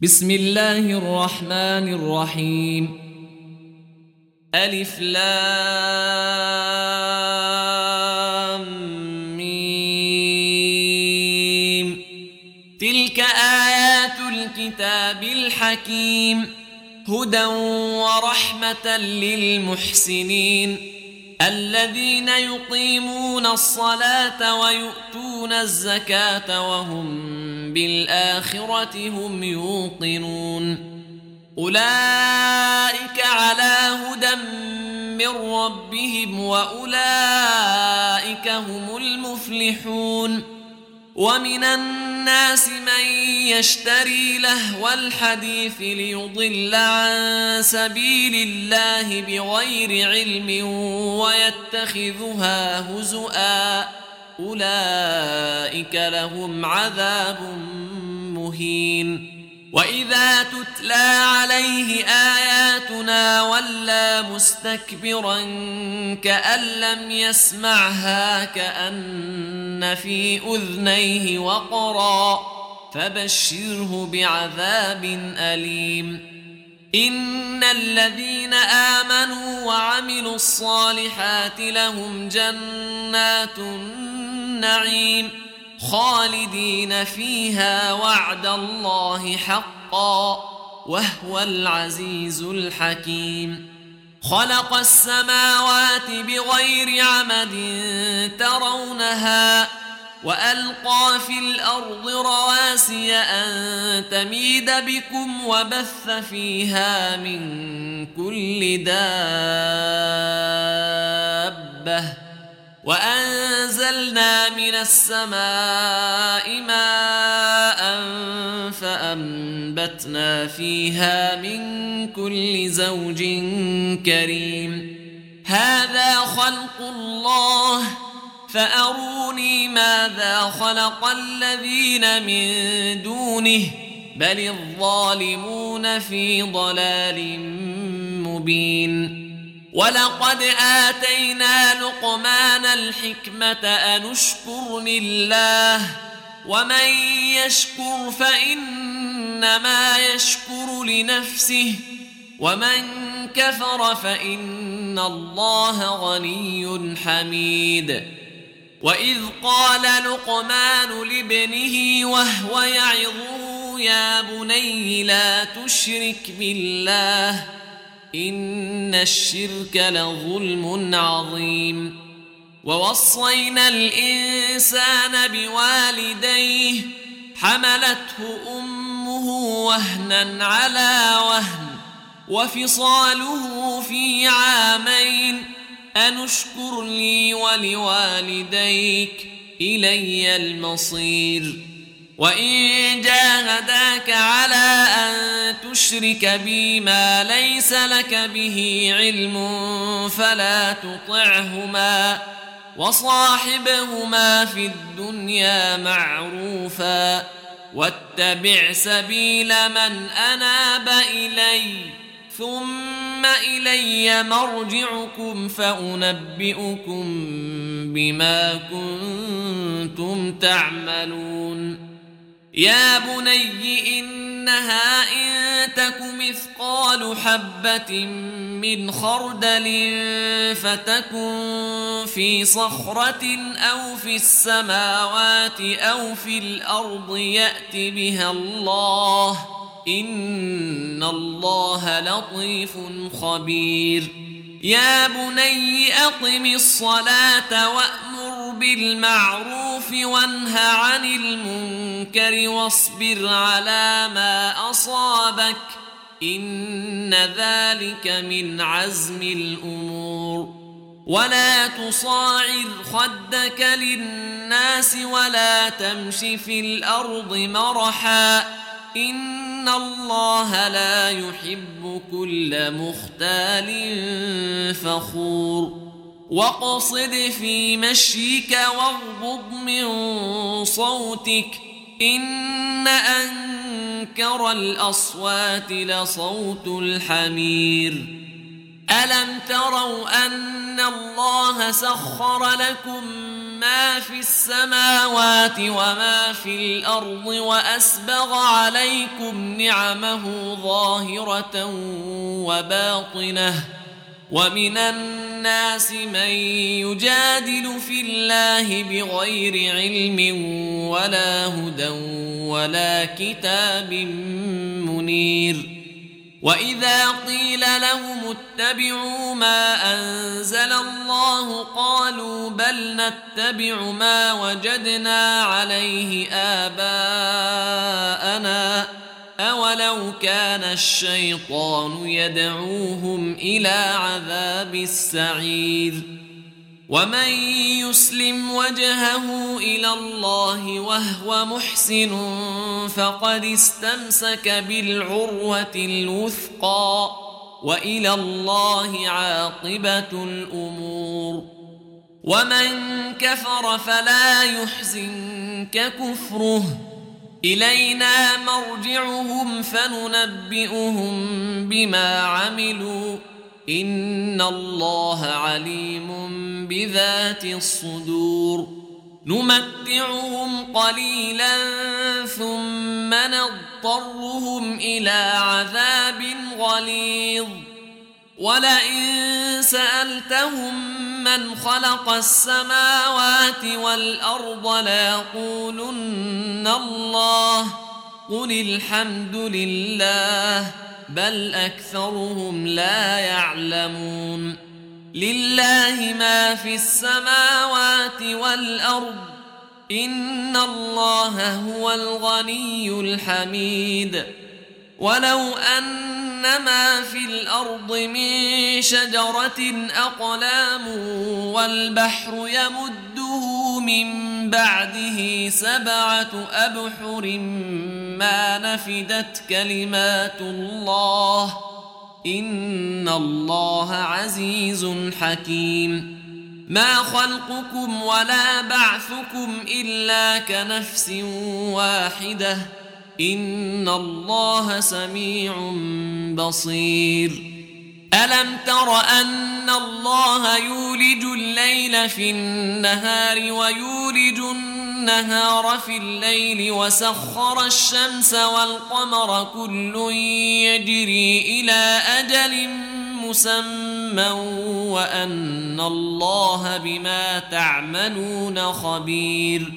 بسم الله الرحمن الرحيم. ألف لام ميم. تلك آيات الكتاب الحكيم هدى ورحمة للمحسنين الذين يقيمون الصلاة ويؤتون الزكاة وهم بالآخرة هم يوقنون أولئك على هدى من ربهم وأولئك هم المفلحون ومن الناس من يشتري لهو الحديث ليضل عن سبيل الله بغير علم ويتخذها هزؤا أولئك لهم عذاب مهين وإذا تتلى عليه آياتنا ولى مستكبرا كأن لم يسمعها كأن في أذنيه وقرا فبشره بعذاب أليم إن الذين آمنوا وعملوا الصالحات لهم جنات النعيم خالدين فيها وعد الله حقا وهو العزيز الحكيم خلق السماوات بغير عمد ترونها وألقى في الأرض رواسي أن تميد بكم وبث فيها من كل دابة وأنزلنا من السماء ماء فأنبتنا فيها من كل زوج كريم هذا خلق الله فأروني ماذا خلق الذين من دونه بل الظالمون في ضلال مبين ولقد آتينا لقمان الحكمة أن اشكر لله ومن يشكر فإنما يشكر لنفسه ومن كفر فإن الله غني حميد وإذ قال لقمان لابنه وهو يعظه يا بني لا تشرك بالله إن الشرك لظلم عظيم ووصينا الإنسان بوالديه حملته أمه وهنا على وهن وفصاله في عامين أن اشكر لي ولوالديك إلي المصير وإن جاهداك على أن تشرك بي ما ليس لك به علم فلا تطعهما وصاحبهما في الدنيا معروفا واتبع سبيل من أناب إلي ثم إلي مرجعكم فأنبئكم بما كنتم تعملون يا بني إنها إن تك مثقال حبة من خردل فتكن في صخرة أو في السماوات أو في الأرض يأت بها الله إن الله لطيف خبير يا بني أقم الصلاة وأمر بالمعروف وانه عن المنكر واصبر على ما أصابك إن ذلك من عزم الأمور ولا تصاعر خدك للناس ولا تمش في الأرض مرحا إن الله لا يحب كل مختال فخور واقصد في مشيك واغضض من صوتك إن أنكر الأصوات لصوت الحمير ألم تروا أن الله سخر لكم ما في السماوات وما في الأرض وأسبغ عليكم نعمه ظاهرة وباطنة ومن الناس من يجادل في الله بغير علم ولا هدى ولا كتاب منير وإذا قيل لهم اتبعوا ما أنزل الله قالوا بل نتبع ما وجدنا عليه آباءنا أولو كان الشيطان يدعوهم إلى عذاب السعير ومن يسلم وجهه إلى الله وهو محسن فقد استمسك بالعروة الوثقى وإلى الله عاقبة الأمور ومن كفر فلا يحزنك كفره إلينا مرجعهم فننبئهم بما عملوا إن الله عليم بذات الصدور نمتعهم قليلا ثم نضطرهم إلى عذاب غليظ ولئن سألتهم من خلق السماوات والأرض ليقولن الله قل الحمد لله بل أكثرهم لا يعلمون لله ما في السماوات والأرض إن الله هو الغني الحميد ولو أن ما في الأرض من شجرة أقلام والبحر يمده من بعده 7 أبحر ما نفدت كلمات الله إن الله عزيز حكيم ما خلقكم ولا بعثكم إلا كنفس واحدة إن الله سميع بصير ألم تر أن الله يولج الليل في النهار ويولج النهار في الليل وسخر الشمس والقمر كل يجري إلى أجل مسمى وأن الله بما تعملون خبير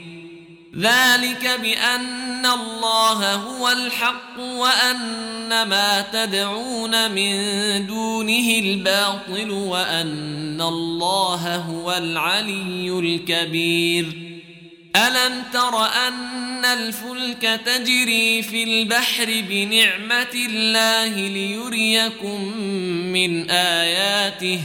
ذلك بأن الله هو الحق وأن ما تدعون من دونه الباطل وأن الله هو العلي الكبير ألم تر أن الفلك تجري في البحر بنعمة الله ليريكم من آياته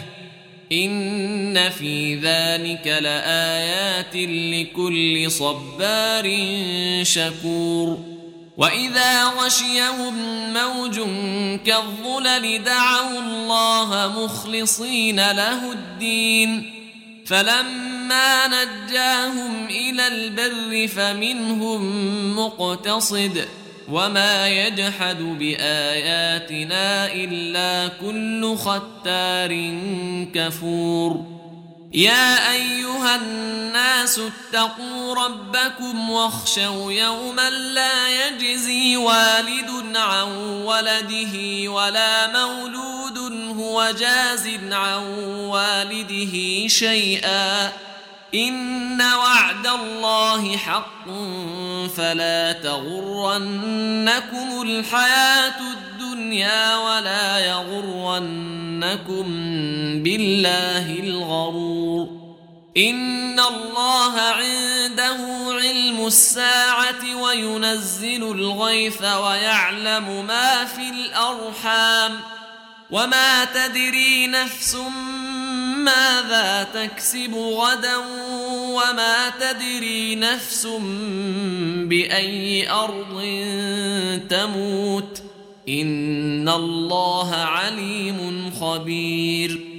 إن في ذلك لآيات لكل صبار شكور وإذا غشيهم موج كالظلل دعوا الله مخلصين له الدين فلما نجاهم إلى البر فمنهم مقتصد وما يجحد بآياتنا إلا كل ختار كفور يا أيها الناس اتقوا ربكم واخشوا يوما لا يجزي والد عن ولده ولا مولود هو جاز عن والده شيئا إن وعد الله حق فلا تغرنكم الحياة الدنيا ولا يغرنكم بالله الغرور إن الله عنده علم الساعة وينزل الغيث ويعلم ما في الأرحام وما تدري نفس ماذا تكسب غدا وما تدري نفس بأي أرض تموت إن الله عليم خبير